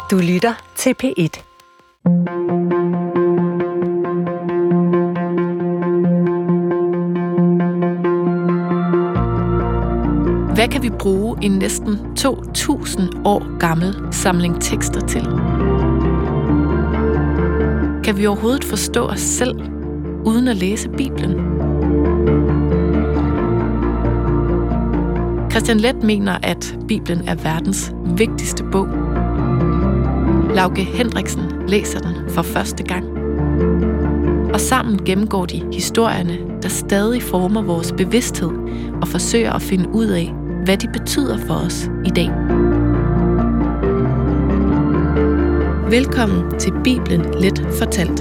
Du lytter til P1. Hvad kan vi bruge en næsten 2.000 år gammel samling tekster til? Kan vi overhovedet forstå os selv, uden at læse Bibelen? Christian Leth mener, at Bibelen er verdens vigtigste bog. Lauke Hendriksen læser den for første gang. Og sammen gennemgår de historierne, der stadig former vores bevidsthed og forsøger at finde ud af, hvad de betyder for os i dag. Velkommen til Bibelen Let fortalt.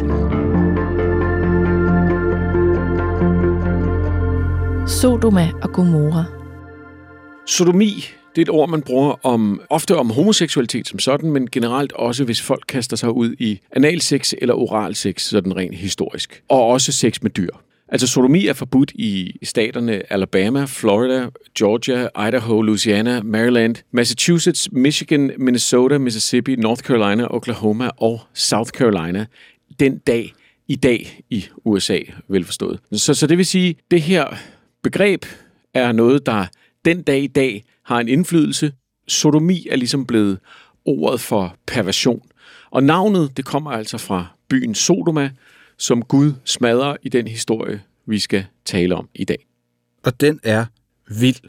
Sodoma og Gomorra. Sodomi, det er et ord, man bruger ofte om homoseksualitet som sådan, men generelt også, hvis folk kaster sig ud i analsex eller oralsex, sådan rent historisk. Og også sex med dyr. Altså sodomi er forbudt i staterne Alabama, Florida, Georgia, Idaho, Louisiana, Maryland, Massachusetts, Michigan, Minnesota, Mississippi, North Carolina, Oklahoma og South Carolina den dag i dag i USA, velforstået. Så det vil sige, det her begreb er noget, der den dag i dag har en indflydelse. Sodomi er ligesom blevet ordet for perversion. Og navnet, det kommer altså fra byen Sodoma, som Gud smadrer i den historie, vi skal tale om i dag. Og den er vild.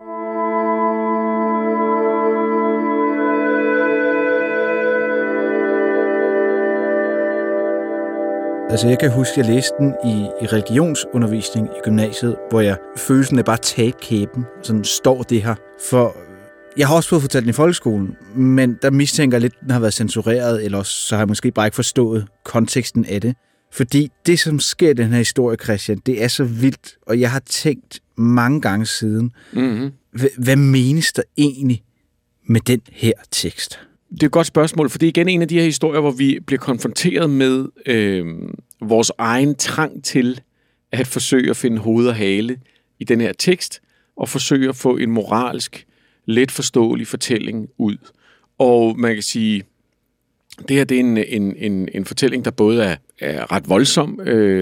Altså jeg kan huske, at jeg læste den i religionsundervisning i gymnasiet, hvor jeg følelsen af bare tabe kæben. Sådan står det her. For jeg har også fået fortalt den i folkeskolen, men der mistænker jeg lidt, at den har været censureret, eller så har jeg måske bare ikke forstået konteksten af det. Fordi det, som sker i den her historie, Christian, det er så vildt, og jeg har tænkt mange gange siden, hvad menes der egentlig med den her tekst? Det er et godt spørgsmål, for det er igen en af de her historier, hvor vi bliver konfronteret med vores egen trang til at forsøge at finde hoved og hale i den her tekst, og forsøge at få en moralsk, let forståelig fortælling ud. Og man kan sige, det her det er en fortælling, der både er ret voldsom,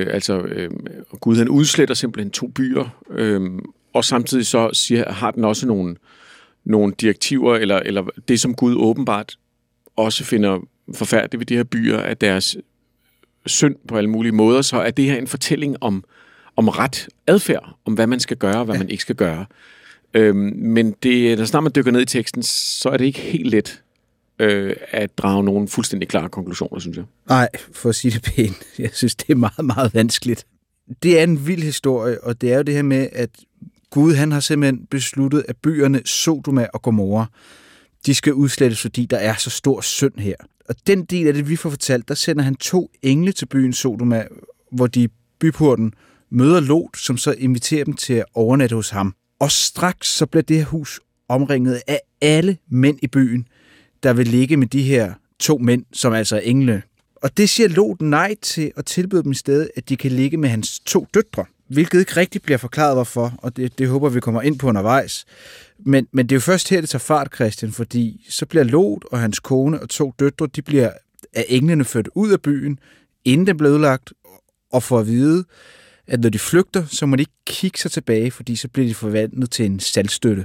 Gud han udsletter simpelthen 2 byer, og samtidig så har den også nogle direktiver, eller det som Gud åbenbart også finder forfærdeligt ved de her byer, at deres synd på alle mulige måder, så er det her en fortælling om ret adfærd, om hvad man skal gøre, og hvad man ikke skal gøre. Men når snart man dykker ned i teksten, så er det ikke helt let at drage nogle fuldstændig klare konklusioner, synes jeg. Nej, for at sige det pænt. Jeg synes, det er meget, meget vanskeligt. Det er en vild historie, og det er jo det her med, at Gud han har simpelthen besluttet, at byerne Sodoma og Gomorra, de skal udslettes, fordi der er så stor synd her. Og den del af det, vi får fortalt, der sender han 2 engle til byen Sodoma, hvor de i byporten møder Lot, som så inviterer dem til at overnatte hos ham. Og straks så bliver det her hus omringet af alle mænd i byen, der vil ligge med de her 2 mænd, som altså er engle. Og det siger Lot nej til at tilbyde dem i stedet, at de kan ligge med hans 2 døtre. Hvilket ikke rigtig bliver forklaret hvorfor, og det håber vi kommer ind på undervejs. Men det er jo først her, det tager fart, Christian, fordi så bliver Lot og hans kone og 2 døtre, de bliver af englene ført ud af byen, inden den blev ødelagt, og får at vide, at når de flygter, så må de ikke kigge sig tilbage, fordi så bliver de forvandlet til en saltstøtte.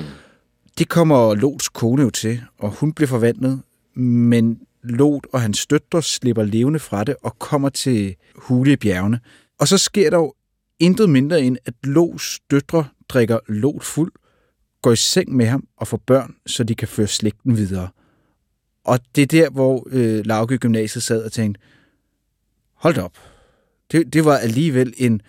Det kommer Lots kone jo til, og hun bliver forvandlet, men Lot og hans døtre slipper levende fra det og kommer til hule i bjergene. Og så sker der jo intet mindre end, at Lots døtre drikker Lot fuld, går i seng med ham og får børn, så de kan føre slægten videre. Og det er der, hvor Lauke i gymnasiet sad og tænkte, hold op. Det var alligevel en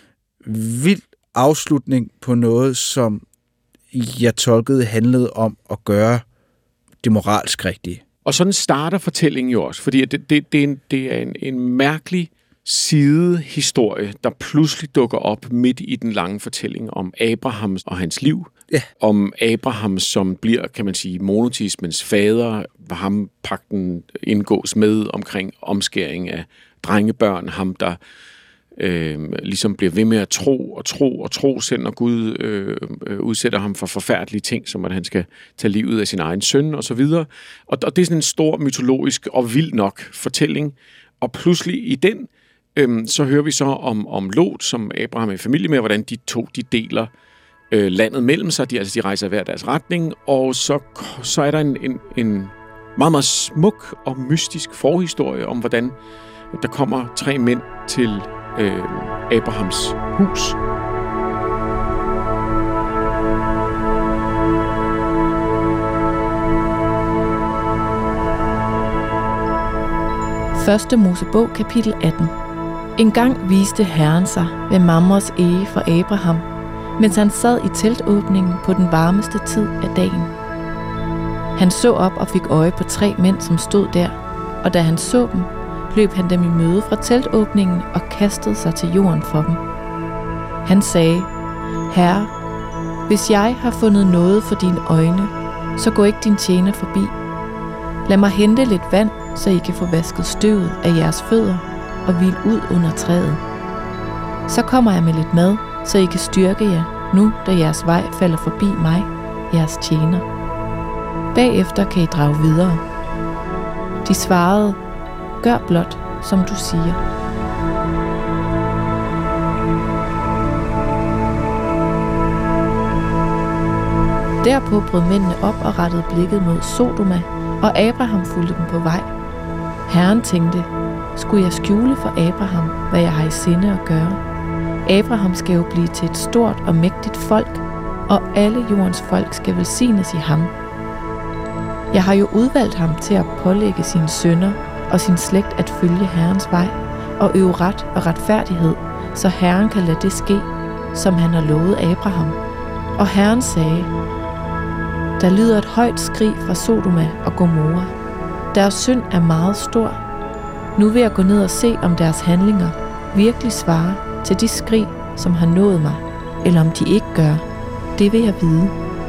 vild afslutning på noget, som jeg tolkede handlede om at gøre det moralsk rigtige. Og sådan starter fortællingen jo også, fordi det er en mærkelig sidehistorie, der pludselig dukker op midt i den lange fortælling om Abraham og hans liv. Ja. Om Abraham, som bliver, kan man sige, monoteismens fader, hvor ham pagten indgås med omkring omskæring af drengebørn, ham der ligesom bliver ved med at tro, selv når Gud udsætter ham for forfærdelige ting, som at han skal tage livet af sin egen søn og så videre. Og det er sådan en stor mytologisk og vild nok fortælling. Og pludselig i den, så hører vi så om Lot, som Abraham er i familie med, hvordan de deler landet mellem sig. De rejser hver deres retning, og så er der en meget, meget smuk og mystisk forhistorie om, hvordan der kommer 3 mænd til Abrahams hus. Første Mosebog, kapitel 18. En gang viste Herren sig ved Mamres ege for Abraham, mens han sad i teltåbningen på den varmeste tid af dagen. Han så op og fik øje på 3 mænd, som stod der, og da han så dem, løb han dem i møde fra teltåbningen og kastede sig til jorden for dem. Han sagde, Herre, hvis jeg har fundet noget for dine øjne, så gå ikke din tjener forbi. Lad mig hente lidt vand, så I kan få vasket støvet af jeres fødder og hvile ud under træet. Så kommer jeg med lidt mad, så I kan styrke jer, nu da jeres vej falder forbi mig, jeres tjener. Bagefter kan I drage videre. De svarede, gør blot, som du siger. Derpå brød mændene op og rettede blikket mod Sodoma, og Abraham fulgte dem på vej. Herren tænkte, skulle jeg skjule for Abraham, hvad jeg har i sinde at gøre? Abraham skal jo blive til et stort og mægtigt folk, og alle jordens folk skal velsignes i ham. Jeg har jo udvalgt ham til at pålægge sine sønner og sin slægt at følge Herrens vej og øve ret og retfærdighed, så Herren kan lade det ske, som han har lovet Abraham. Og Herren sagde, der lyder et højt skrig fra Sodoma og Gomorra. Deres synd er meget stor. Nu vil jeg gå ned og se, om deres handlinger virkelig svarer til de skrig, som har nået mig, eller om de ikke gør. Det vil jeg vide.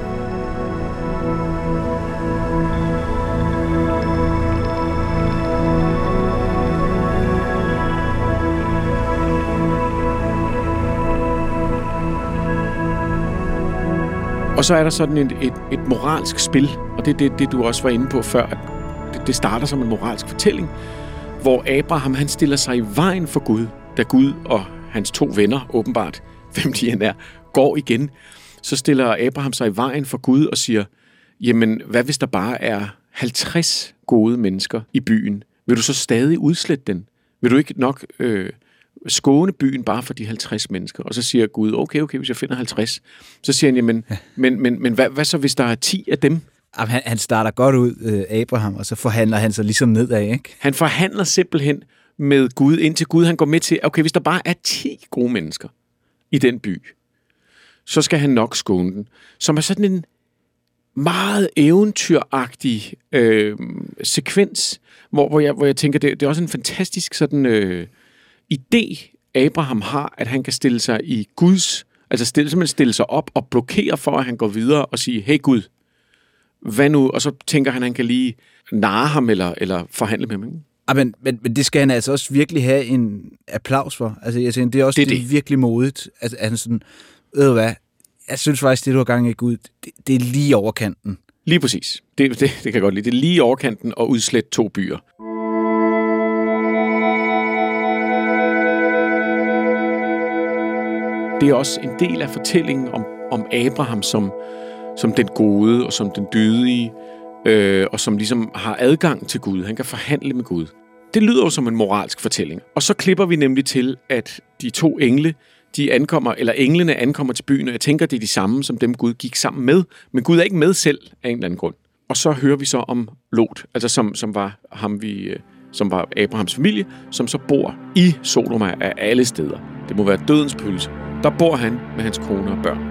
Og så er der sådan et moralsk spil, og det er det, du også var inde på før, at det starter som en moralsk fortælling, hvor Abraham han stiller sig i vejen for Gud, da Gud og hans 2 venner, åbenbart, hvem de end er, går igen. Så stiller Abraham sig i vejen for Gud og siger, jamen, hvad hvis der bare er 50 gode mennesker i byen? Vil du så stadig udslette den? Vil du ikke nok skåne byen bare for de 50 mennesker? Og så siger Gud, okay, hvis jeg finder 50. Så siger han, jamen, men hvad så, hvis der er 10 af dem? Han starter godt ud, Abraham, og så forhandler han sig ligesom nedad, ikke? Han forhandler simpelthen med Gud, indtil Gud han går med til, okay, hvis der bare er 10 gode mennesker i den by, så skal han nok skåne den. Som er sådan en meget eventyragtig sekvens, hvor jeg tænker, det er også en fantastisk sådan idé, Abraham har, at han kan stille sig i Guds, altså simpelthen stille sig op og blokere for, at han går videre og siger, hey Gud, hvad nu? Og så tænker han kan lige narre ham eller forhandle med ham. Men det skal han altså også virkelig have en applaus for. Altså, jeg tænker, det er også det virkelig modigt. Altså, han sådan, ved du hvad, jeg synes faktisk, det du har gang i Gud, det er lige overkanten. Lige præcis. Det kan jeg godt lide. Det er lige overkanten og udslet 2 byer. Det er også en del af fortællingen om Abraham som den gode og som den dydige, og som ligesom har adgang til Gud. Han kan forhandle med Gud. Det lyder jo som en moralsk fortælling. Og så klipper vi nemlig til, at de 2 engle, englene ankommer til byen, og jeg tænker, det er de samme, som dem Gud gik sammen med. Men Gud er ikke med selv af en eller anden grund. Og så hører vi så om Lot, altså som var Abrahams familie, som så bor i Sodoma af alle steder. Det må være dødens pølse. Der bor han med hans kone og børn.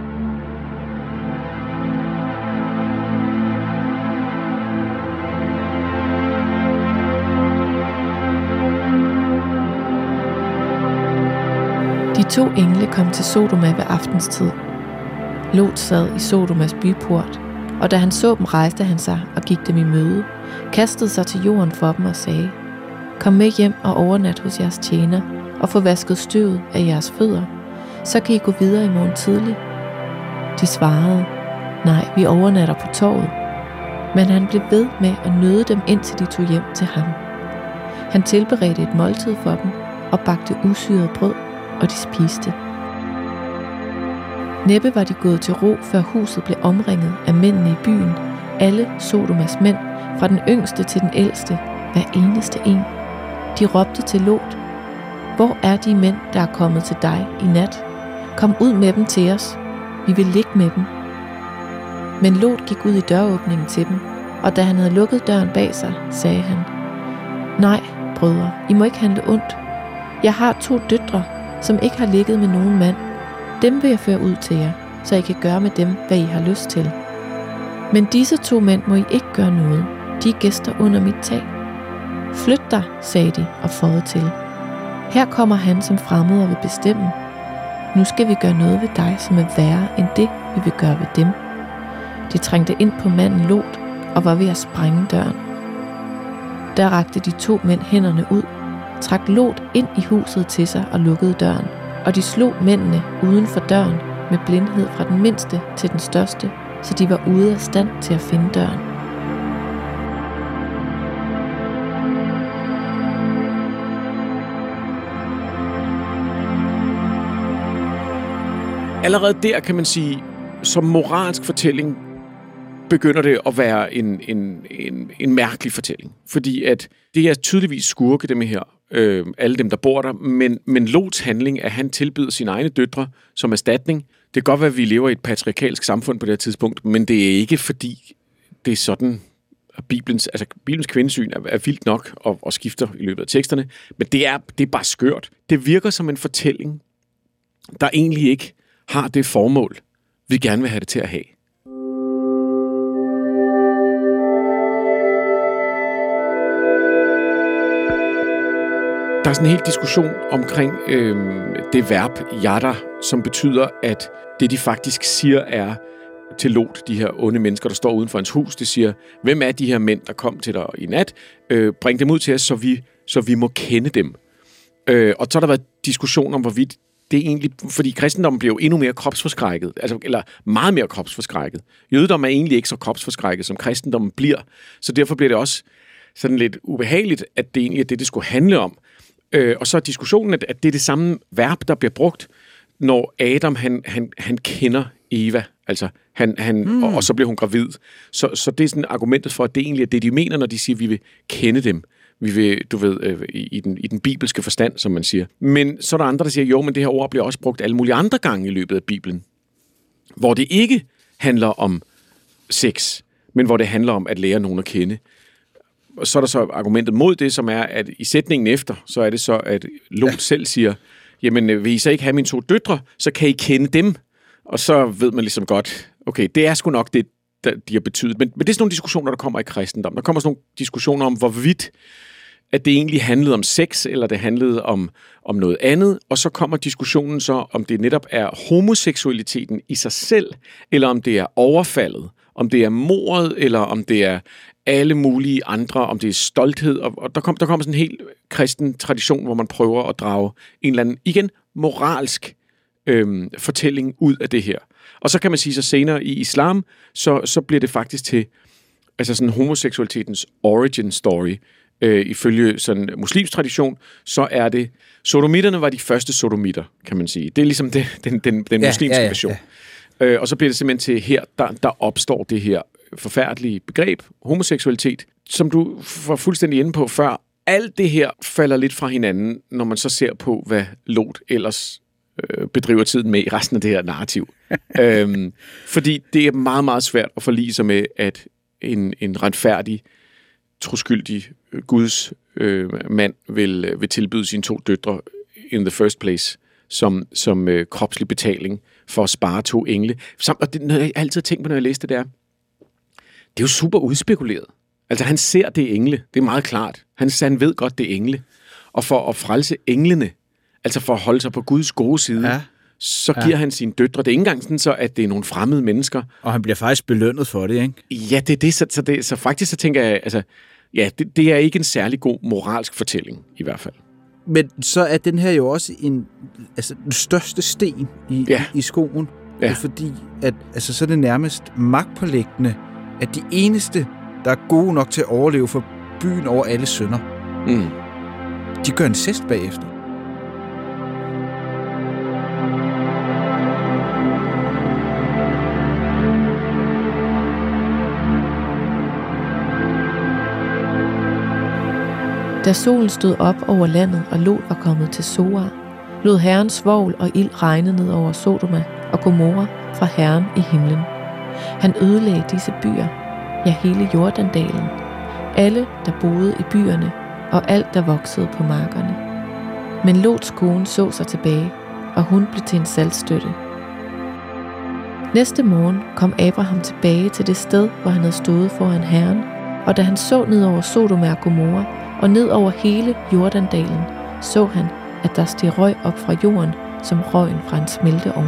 De 2 engle kom til Sodoma ved aftenstid. Lot sad i Sodomas byport, og da han så dem, rejste han sig og gik dem i møde, kastede sig til jorden for dem og sagde, kom med hjem og overnat hos jeres tjener, og få vasket støvet af jeres fødder, så kan I gå videre i morgen tidlig. De svarede, nej, vi overnatter på torvet. Men han blev ved med at nøde dem, indtil de tog hjem til ham. Han tilberedte et måltid for dem og bagte usyret brød, og de spiste. Næppe var de gået til ro, før huset blev omringet af mændene i byen, alle Sodomas mænd, fra den yngste til den ældste, hver eneste en. De råbte til Lot, hvor er de mænd, der er kommet til dig i nat? Kom ud med dem til os. Vi vil ligge med dem. Men Lot gik ud i døråbningen til dem, og da han havde lukket døren bag sig, sagde han, nej, brødre, I må ikke handle ondt. Jeg har 2 døtre, som ikke har ligget med nogen mand. Dem vil jeg føre ud til jer, så I kan gøre med dem, hvad I har lyst til. Men disse 2 mænd må I ikke gøre noget. De er gæster under mit tag. Flyt dig, sagde de og føjede til. Her kommer han som fremmed og vil bestemme. Nu skal vi gøre noget ved dig, som er værre end det, vi vil gøre ved dem. De trængte ind på manden Lot og var ved at sprænge døren. Der rakte de 2 mænd hænderne ud, trak Lot ind i huset til sig og lukkede døren, og de slog mændene uden for døren med blindhed fra den mindste til den største, så de var ude af stand til at finde døren. Allerede der kan man sige, som moralsk fortælling begynder det at være en mærkelig fortælling. Fordi at det er tydeligvis skurke, dem her, alle dem, der bor der, men Lots handling, at han tilbyder sine egne døtre som erstatning. Det kan godt være, at vi lever i et patriarkalsk samfund på det her tidspunkt, men det er ikke fordi, det er sådan, at Bibelens kvindesyn er vildt nok og skifter i løbet af teksterne, men det er bare skørt. Det virker som en fortælling, der egentlig ikke har det formål, vi gerne vil have det til at have. Der er sådan en hel diskussion omkring det verb yada, som betyder, at det de faktisk siger er til Lot, de her onde mennesker, der står uden for hans hus, det siger, hvem er de her mænd, der kom til dig i nat? Bring dem ud til os, så vi må kende dem. Og så har der været diskussion om, hvorvidt det er egentlig, fordi kristendommen bliver jo endnu mere kropsforskrækket, eller meget mere kropsforskrækket. Jødedommen er egentlig ikke så kropsforskrækket, som kristendommen bliver, så derfor bliver det også sådan lidt ubehageligt, at det egentlig er det skulle handle om. Og så er diskussionen, at det er det samme verb, der bliver brugt, når Adam han kender Eva, altså og så bliver hun gravid. Så det er sådan argumentet for, at det egentlig er det, de mener, når de siger, at vi vil kende dem. Vi vil, du ved, i den bibelske forstand, som man siger. Men så er der andre, der siger, jo, men det her ord bliver også brugt alle mulige andre gange i løbet af Bibelen, hvor det ikke handler om sex, men hvor det handler om at lære nogen at kende. Og så er der så argumentet mod det, som er, at i sætningen efter, så er det så, at Lot selv siger, jamen, vil I så ikke have mine 2 døtre, så kan I kende dem. Og så ved man ligesom godt, okay, det er sgu nok det, de har betydet. Men det er sådan nogle diskussioner, der kommer i kristendom. Der kommer sådan nogle diskussioner om, hvorvidt at det egentlig handlede om sex, eller det handlede om noget andet. Og så kommer diskussionen så, om det netop er homoseksualiteten i sig selv, eller om det er overfaldet, om det er mordet, eller om det er alle mulige andre, om det er stolthed. Og der kommer sådan en helt kristen tradition, hvor man prøver at drage en eller anden, igen, moralsk fortælling ud af det her. Og så kan man sige, så senere i islam, så bliver det faktisk til altså sådan homoseksualitetens origin story. Ifølge sådan muslimsk tradition, så er det sodomitterne var de første sodomitter, kan man sige. Det er ligesom den muslimske version. Ja. Og så bliver det simpelthen til her, der opstår det her forfærdelige begreb, homoseksualitet, som du var fuldstændig inde på før. Alt det her falder lidt fra hinanden, når man så ser på, hvad Lot ellers bedriver tiden med i resten af det her narrativ. Fordi det er meget, meget svært at forlige sig med, at en retfærdig, troskyldig Guds mand vil tilbyde sine 2 døtre in the first place som kropslig betaling for at spare 2 engle. Og det, når jeg altid har tænkt på, når jeg læste det er jo super udspekuleret. Altså han ser det engle, det er meget klart. Han ved godt det engle. Og for at frelse englene, altså for at holde sig på Guds gode side, så giver han sine døtre. Det er ikke engang sådan så, at det er nogle fremmede mennesker. Og han bliver faktisk belønnet for det, ikke? Ja, det er det. Så faktisk så tænker jeg, altså, ja, det er ikke en særlig god moralsk fortælling, i hvert fald. Men så er den her jo også den største sten i skoen. Ja. Fordi at, så er det nærmest magtpålæggende, at de eneste, der er gode nok til at overleve for byen over alle synder, de gør en cest bagefter. Da solen stod op over landet, og Lot var kommet til Zoar, lod Herrens svovl og ild regne ned over Sodoma og Gomorra fra Herren i himlen. Han ødelagde disse byer, ja hele Jordandalen, alle der boede i byerne og alt der voksede på markerne. Men Lots kone så sig tilbage, og hun blev til en saltstøtte. Næste morgen kom Abraham tilbage til det sted, hvor han havde stået foran Herren, og da han så ned over Sodoma og Gomorra og ned over hele Jordandalen, så han, at der steg røg op fra jorden, som røgen fra en smelteovn.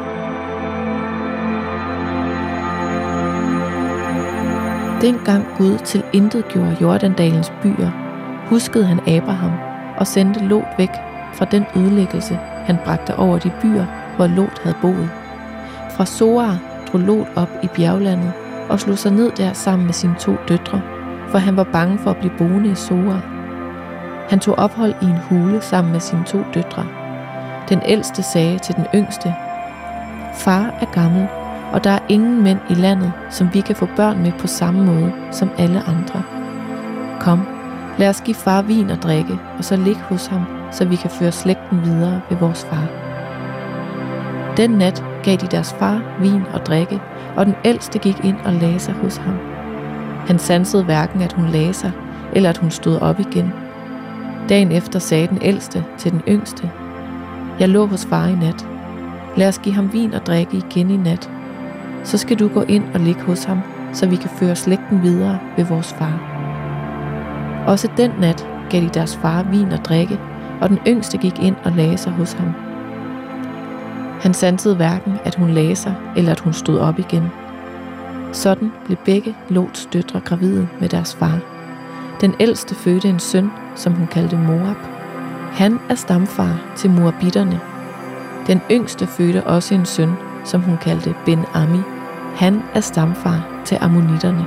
Dengang Gud tilintetgjorde Jordandalens byer, huskede han Abraham og sendte Lot væk fra den ødelæggelse, han bragte over de byer, hvor Lot havde boet. Fra Zoar drog Lot op i bjerglandet og slog sig ned der sammen med sine 2 døtre, for han var bange for at blive boende i Zoar. Han tog ophold i en hule sammen med sine 2 døtre. Den ældste sagde til den yngste: Far er gammel, og der er ingen mænd i landet, som vi kan få børn med på samme måde som alle andre. Kom, lad os give far vin og drikke, og så ligge hos ham, så vi kan føre slægten videre ved vores far. Den nat gav de deres far vin og drikke, og den ældste gik ind og lagde sig hos ham. Han sansede hverken, at hun lagde sig, eller at hun stod op igen. Dagen efter sagde den ældste til den yngste: Jeg lå hos far i nat. Lad os give ham vin og drikke igen i nat. Så skal du gå ind og ligge hos ham, så vi kan føre slægten videre ved vores far. Også den nat gav de deres far vin og drikke, og den yngste gik ind og lagde sig hos ham. Han sansede hverken, at hun lagde sig, eller at hun stod op igen. Sådan blev begge Lots døtre gravide med deres far. Den ældste fødte en søn, som hun kaldte Moab. Han er stamfar til Moabitterne. Den yngste fødte også en søn, som hun kaldte Ben-Ami. Han er stamfar til Ammonitterne.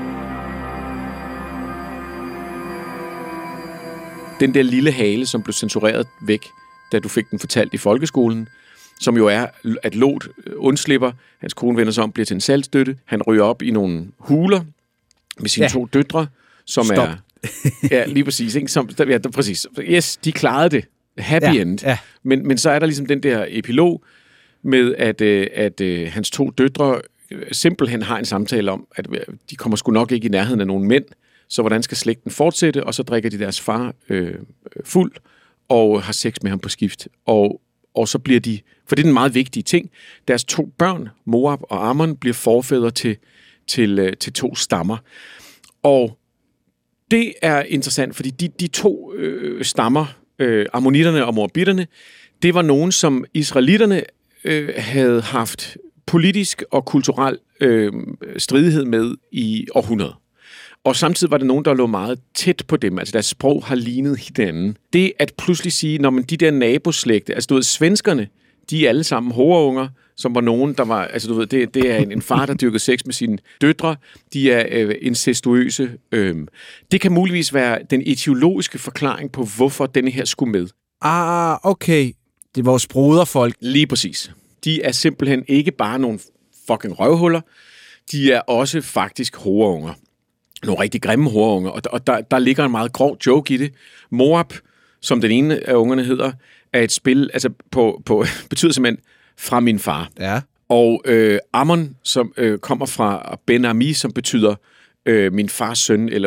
Den der lille hale, som blev censureret væk, da du fik den fortalt i folkeskolen, som jo er, at Lot undslipper, hans kone vender sig om, bliver til en saltstøtte, han ryger op i nogle huler med sine 2 døtre, som Stop. er... Ja, lige præcis. Ikke? Præcis. Yes, de klarede det. Happy end. Ja. Men så er der ligesom den der epilog med, at hans 2 døtre simpelthen har en samtale om, at de kommer sgu nok ikke i nærheden af nogen mænd, så hvordan skal slægten fortsætte, og så drikker de deres far fuld og har sex med ham på skift. Og så bliver de, for det er den meget vigtige ting, deres 2 børn, Moab og Ammon, bliver forfædre til 2 stammer. Og det er interessant, fordi de 2 stammer, ammonitterne og moabitterne, det var nogen, som israelitterne havde haft politisk og kulturel stridighed med i århundreder. Og samtidig var det nogen, der lå meget tæt på dem. Altså deres sprog har lignet hinanden. Det at pludselig sige, når man de der naboslægte, altså du ved, svenskerne, de er alle sammen hoverunger, som var nogen, der var, altså du ved, det er en far, der dyrkede sex med sine døtre, de er incestuøse. Det kan muligvis være den etiologiske forklaring på, hvorfor denne her skulle med. Okay. Det er vores broderfolk. Lige præcis. De er simpelthen ikke bare nogle fucking røvhuller, de er også faktisk hoverunger. Nogle rigtig grimme hoverunger, og der ligger en meget grov joke i det. Moab, som den ene af ungerne hedder, er et spil, altså betyder simpelthen fra min far. Ja. Og Ammon, som kommer fra Ben-Ami, som betyder min fars søn, eller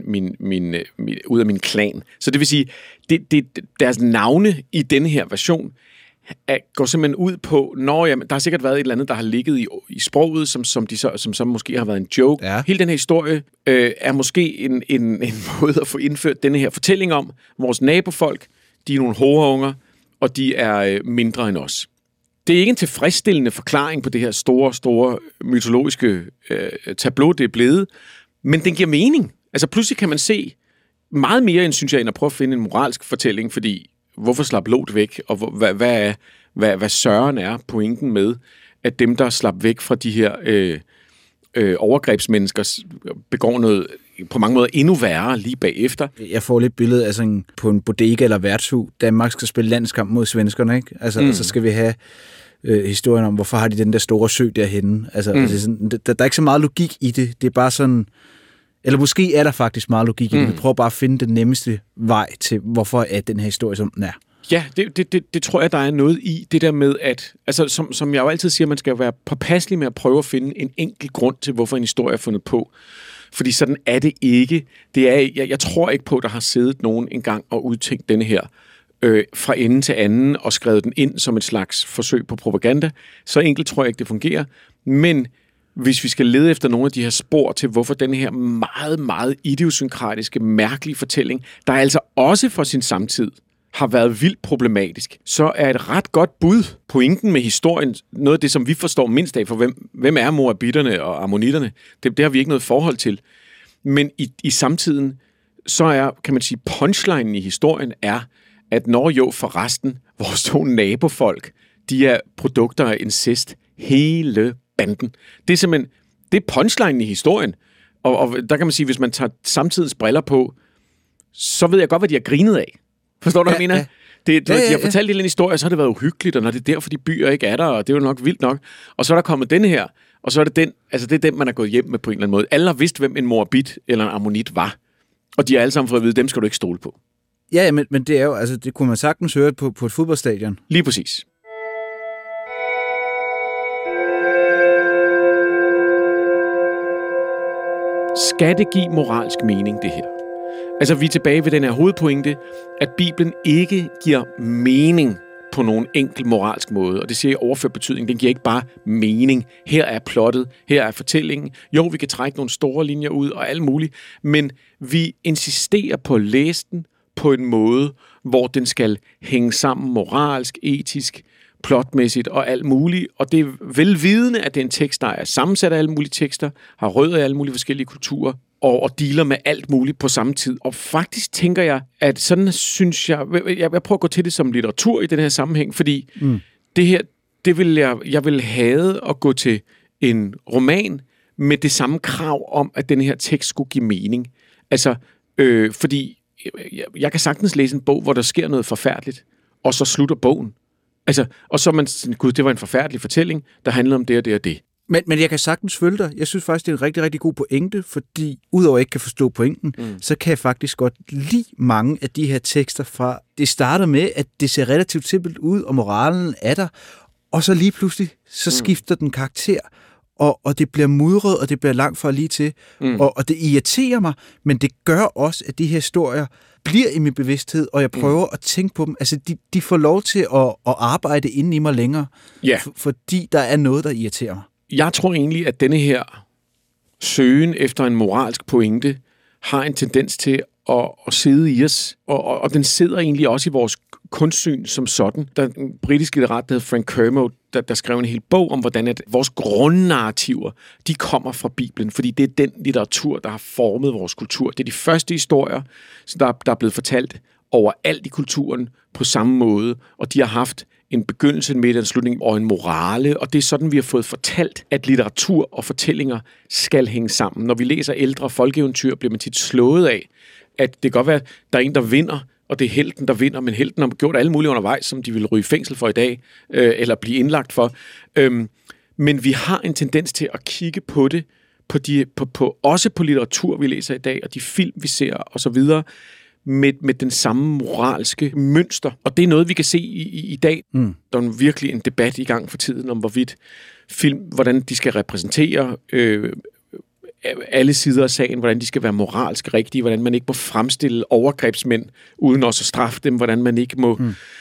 ud af min klan. Så det vil sige, deres navne i denne her version går simpelthen ud på, der har sikkert været et eller andet, der har ligget i sproget, som måske har været en joke. Ja. Hele den her historie er måske en måde at få indført denne her fortælling om vores nabofolk. De er nogle hoverunger, og de er mindre end os. Det er ikke en tilfredsstillende forklaring på det her store mytologiske tableau, det er blevet, men den giver mening. Altså pludselig kan man se meget mere, end at prøve at finde en moralsk fortælling, fordi hvorfor slap Lot væk, og hvad søren er pointen med, at dem, der slap væk fra de her overgrebsmennesker, begår noget på mange måder endnu værre lige bagefter. Jeg får lidt billede af på en bodega eller værtshus. Danmark skal spille landskamp mod svenskerne, ikke? Og så skal vi have historien om, hvorfor har de den der store sø derhenne. Der er ikke så meget logik i det. Det er bare sådan... Eller måske er der faktisk meget logik i det. Vi prøver bare at finde den nemmeste vej til, hvorfor er den her historie, som den er. Ja, det tror jeg, der er noget i. Det der med, at... Altså, som jeg jo altid siger, man skal være påpasselig med at prøve at finde en enkelt grund til, hvorfor en historie er fundet på. Fordi sådan er det ikke. Jeg tror ikke på, at der har siddet nogen engang og udtænkt denne her fra ende til anden og skrevet den ind som et slags forsøg på propaganda. Så enkelt tror jeg ikke, det fungerer. Men hvis vi skal lede efter nogle af de her spor til, hvorfor den her meget, meget idiosynkratiske, mærkelige fortælling, der altså også for sin samtid har været vildt problematisk, så er et ret godt bud pointen med historien, noget af det, som vi forstår mindst af, for hvem er moabitterne og ammonitterne, det har vi ikke noget forhold til. Men i samtiden, så er, kan man sige, punchlinen i historien er, at når jo forresten, vores to nabofolk, de er produkter af incest, hele banden. Det er simpelthen, det er punchlinen i historien. Og der kan man sige, hvis man tager samtidens briller på, så ved jeg godt, hvad de har grinet af. Forstår du, hvad jeg mener? De har fortalt en eller anden historie, så har det været uhyggeligt, og når det er derfor, de byer ikke er der, og det er jo nok vildt nok. Og så er der kommet denne her, og så er det den, altså det er den, man er gået hjem med på en eller anden måde. Alle har vidst, hvem en moabit eller en ammonit var. Og de har alle sammen fået at vide, dem skal du ikke stole på. Ja, men det er jo, altså det kunne man sagtens høre på et fodboldstadion. Lige præcis. Skal det give moralsk mening, det her? Altså, vi er tilbage ved den her hovedpointe, at Bibelen ikke giver mening på nogen enkel moralsk måde. Og det siger i overført betydning. Den giver ikke bare mening. Her er plottet, her er fortællingen. Jo, vi kan trække nogle store linjer ud og alt muligt, men vi insisterer på at læse den på en måde, hvor den skal hænge sammen moralsk, etisk, plotmæssigt og alt muligt. Og det er velvidende, at det er en tekst, der er sammensat af alle mulige tekster, har rødder i alle mulige forskellige kulturer, og dealer med alt muligt på samme tid. Og faktisk tænker jeg, at sådan synes jeg prøver at gå til det som litteratur i den her sammenhæng, fordi det her, jeg vil have at gå til en roman med det samme krav om, at den her tekst skulle give mening. Altså, fordi jeg kan sagtens læse en bog, hvor der sker noget forfærdeligt, og så slutter bogen. Altså, og så er man sådan, gud, det var en forfærdelig fortælling, der handlede om det og det og det. Men jeg kan sagtens følge dig. Jeg synes faktisk, det er en rigtig, rigtig god pointe, fordi udover at jeg ikke kan forstå pointen, så kan jeg faktisk godt lide mange af de her tekster fra... Det starter med, at det ser relativt simpelt ud, og moralen er der, og så lige pludselig, så skifter den karakter, og det bliver mudret, og det bliver langt fra lige til, og det irriterer mig, men det gør også, at de her historier bliver i min bevidsthed, og jeg prøver at tænke på dem. Altså, de får lov til at arbejde inde i mig længere, fordi der er noget, der irriterer mig. Jeg tror egentlig, at denne her søgen efter en moralsk pointe har en tendens til at sidde i os, og den sidder egentlig også i vores kunstsyn som sådan. Der er en britisk litterat, der hedder Frank Kermode, der skrev en hel bog om, hvordan at vores grundnarrativer, de kommer fra Bibelen, fordi det er den litteratur, der har formet vores kultur. Det er de første historier, der er blevet fortalt overalt i kulturen på samme måde, og de har haft en begyndelse, en midt, en slutning og en morale, og det er sådan, vi har fået fortalt, at litteratur og fortællinger skal hænge sammen. Når vi læser ældre folkeeventyr, bliver man tit slået af, at det kan godt være, at der er en, der vinder, og det er helten, der vinder, men helten har gjort alle mulige undervejs, som de vil ryge i fængsel for i dag, eller blive indlagt for. Men vi har en tendens til at kigge på det, også på litteratur, vi læser i dag, og de film, vi ser, og så videre, med den samme moralske mønster. Og det er noget, vi kan se i dag. Der er virkelig en debat i gang for tiden om, hvorvidt film, hvordan de skal repræsentere alle sider af sagen, hvordan de skal være moralsk rigtige, hvordan man ikke må fremstille overgrebsmænd, uden også at straffe dem, hvordan man ikke må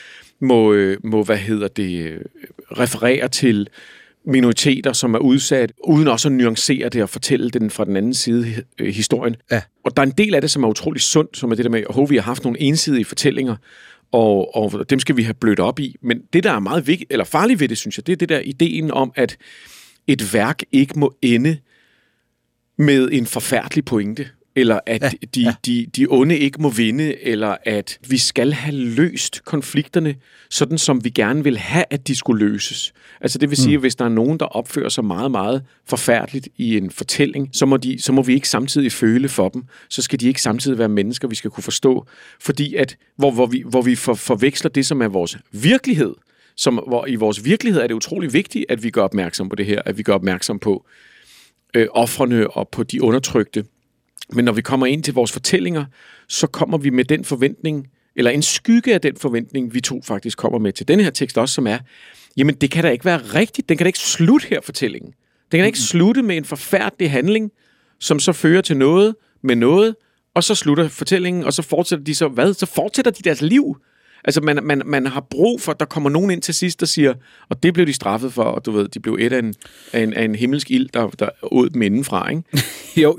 referere til minoriteter, som er udsat, uden også at nuancere det og fortælle den fra den anden side historien. Ja. Og der er en del af det, som er utrolig sundt, som er det der med, at vi har haft nogle ensidige fortællinger, og dem skal vi have blødt op i. Men det, der er meget vigtigt, eller farligt ved det, synes jeg, det er det der ideen om, at et værk ikke må ende med en forfærdelig pointe. eller at de onde ikke må vinde, eller at vi skal have løst konflikterne, sådan som vi gerne vil have, at de skulle løses. Altså det vil sige, at hvis der er nogen, der opfører sig meget, meget forfærdeligt i en fortælling, så må vi ikke samtidig føle for dem. Så skal de ikke samtidig være mennesker, vi skal kunne forstå. Fordi at, hvor vi forveksler det, som er vores virkelighed, hvor i vores virkelighed er det utrolig vigtigt, at vi gør opmærksom på det her, at vi gør opmærksom på ofrene og på de undertrykte. Men når vi kommer ind til vores fortællinger, så kommer vi med den forventning, eller en skygge af den forventning, vi to faktisk kommer med til den her tekst også, som er, jamen det kan da ikke være rigtigt, den kan da ikke slutte her, fortællingen. Den kan da ikke slutte med en forfærdelig handling, som så fører til noget med noget, og så slutter fortællingen, og så fortsætter de så, hvad? Så fortsætter de deres liv. Altså man har brug for, at der kommer nogen ind til sidst, der siger, og det blev de straffet for, og du ved, de blev et af en himmelsk ild, der åd dem indenfra, ikke? Jo.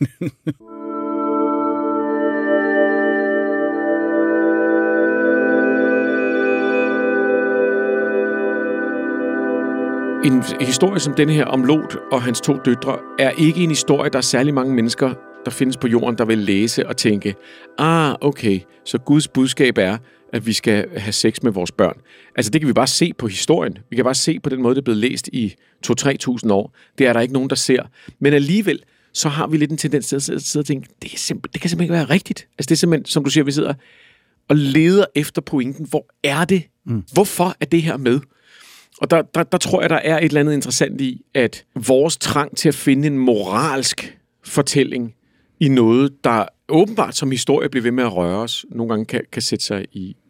En historie som denne her om Lot og hans 2 døtre, er ikke en historie, der er særlig mange mennesker, der findes på jorden, der vil læse og tænke, okay, så Guds budskab er, at vi skal have sex med vores børn. Altså det kan vi bare se på historien. Vi kan bare se på den måde, det er blevet læst i 2-3.000 år. Det er der ikke nogen, der ser. Men alligevel, så har vi lidt en tendens til at sidde og tænke, det kan simpelthen ikke være rigtigt. Altså det er simpelthen, som du siger, vi sidder og leder efter pointen. Hvor er det? Hvorfor er det her med? Og der tror jeg, der er et eller andet interessant i, at vores trang til at finde en moralsk fortælling i noget, der åbenbart som historie bliver ved med at røre os, nogle gange kan sætte sig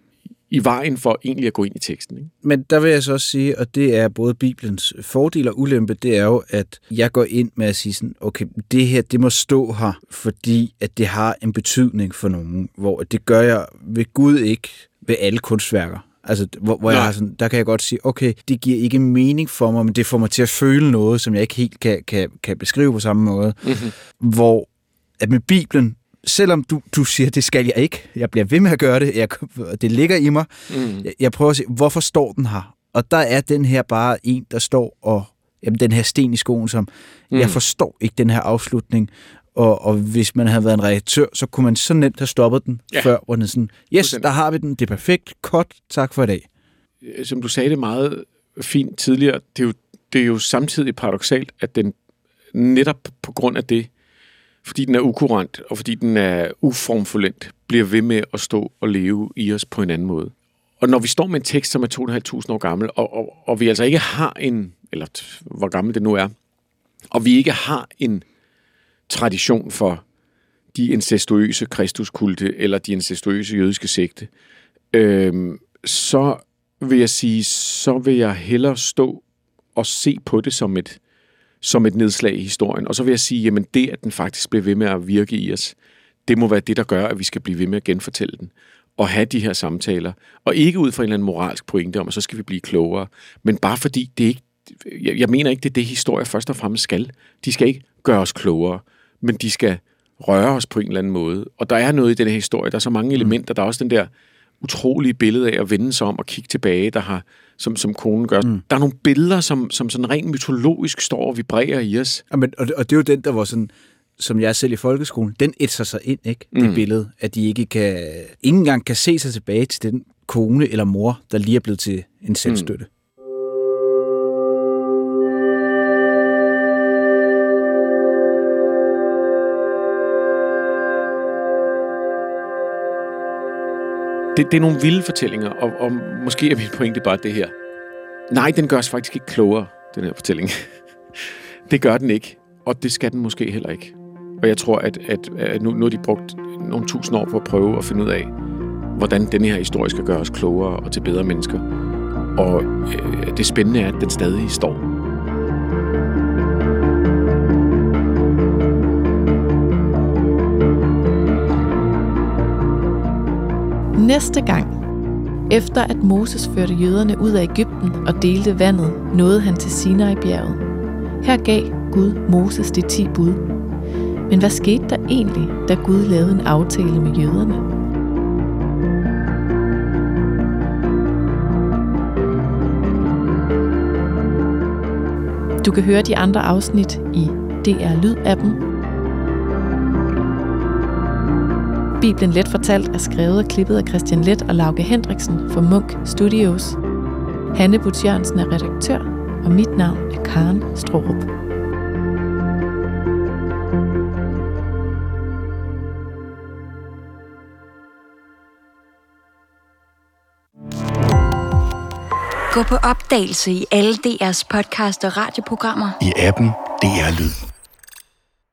i vejen for egentlig at gå ind i teksten. Ikke? Men der vil jeg så også sige, og det er både Bibelens fordel og ulempe, det er jo, at jeg går ind med at sige sådan, okay, det her, det må stå her, fordi at det har en betydning for nogen, hvor det gør jeg ved Gud ikke ved alle kunstværker. Altså, hvor jeg har sådan, der kan jeg godt sige, okay, det giver ikke mening for mig, men det får mig til at føle noget, som jeg ikke helt kan beskrive på samme måde. Mm-hmm. Hvor at med Bibelen, selvom du siger, det skal jeg ikke, jeg bliver ved med at gøre det, det ligger i mig, jeg prøver at se, hvorfor står den her? Og der er den her bare en, der står og, jamen den her sten i skoen, som, jeg forstår ikke den her afslutning, og hvis man havde været en redaktør, så kunne man så nemt have stoppet den, før, hvor den sådan, yes, der har vi den, det er perfekt, cut, tak for i dag. Som du sagde det meget fint tidligere, det er jo samtidig paradoksalt, at den netop på grund af det, fordi den er ukurant, og fordi den er uformfuldendt, bliver ved med at stå og leve i os på en anden måde. Og når vi står med en tekst, som er 2.500 år gammel, og vi altså ikke har eller hvor gammel det nu er, og vi ikke har en tradition for de incestuøse kristuskulte, eller de incestuøse jødiske sekte, så vil jeg sige, så vil jeg hellere stå og se på det som et nedslag i historien. Og så vil jeg sige, jamen det, at den faktisk bliver ved med at virke i os, det må være det, der gør, at vi skal blive ved med at genfortælle den. Og have de her samtaler. Og ikke ud fra en eller anden moralsk pointe om, at så skal vi blive klogere. Men bare fordi det ikke... Jeg mener ikke, det er det, historier først og fremmest skal. De skal ikke gøre os klogere, men de skal røre os på en eller anden måde. Og der er noget i den her historie. Der er så mange elementer. Der er også den der utrolige billede af at vende sig om og kigge tilbage, der har, som konen gør. Der er nogle billeder, som sådan rent mytologisk står og vibrerer i os. Jamen, og det er jo den, der var sådan, som jeg selv i folkeskolen, den ætser sig ind, ikke? Det billede, at de ikke engang kan se sig tilbage til den kone eller mor, der lige er blevet til en selvstøtte. Det er nogle vilde fortællinger, og måske er min pointe bare det her. Nej, den gør os faktisk ikke klogere, den her fortælling. Det gør den ikke, og det skal den måske heller ikke. Og jeg tror, at nu har de brugt nogle 1000 år på at prøve at finde ud af, hvordan denne her historie skal gøre os klogere og til bedre mennesker. Og det spændende er, at den stadig står. Næste gang, efter at Moses førte jøderne ud af Egypten og delte vandet, nåede han til Sinai-bjerget. Her gav Gud Moses de 10 bud. Men hvad skete der egentlig, da Gud lavede en aftale med jøderne? Du kan høre de andre afsnit i DR Lyd-appen. Bibelen Let fortalt er skrevet og klippet af Christian Leth og Lauke Hendriksen for Munk Studios. Hanne Butz Jørgensen er redaktør, og mit navn er Karen Straarup. Gå på opdagelse i alle DR's podcast og radioprogrammer. I appen DR Lyd.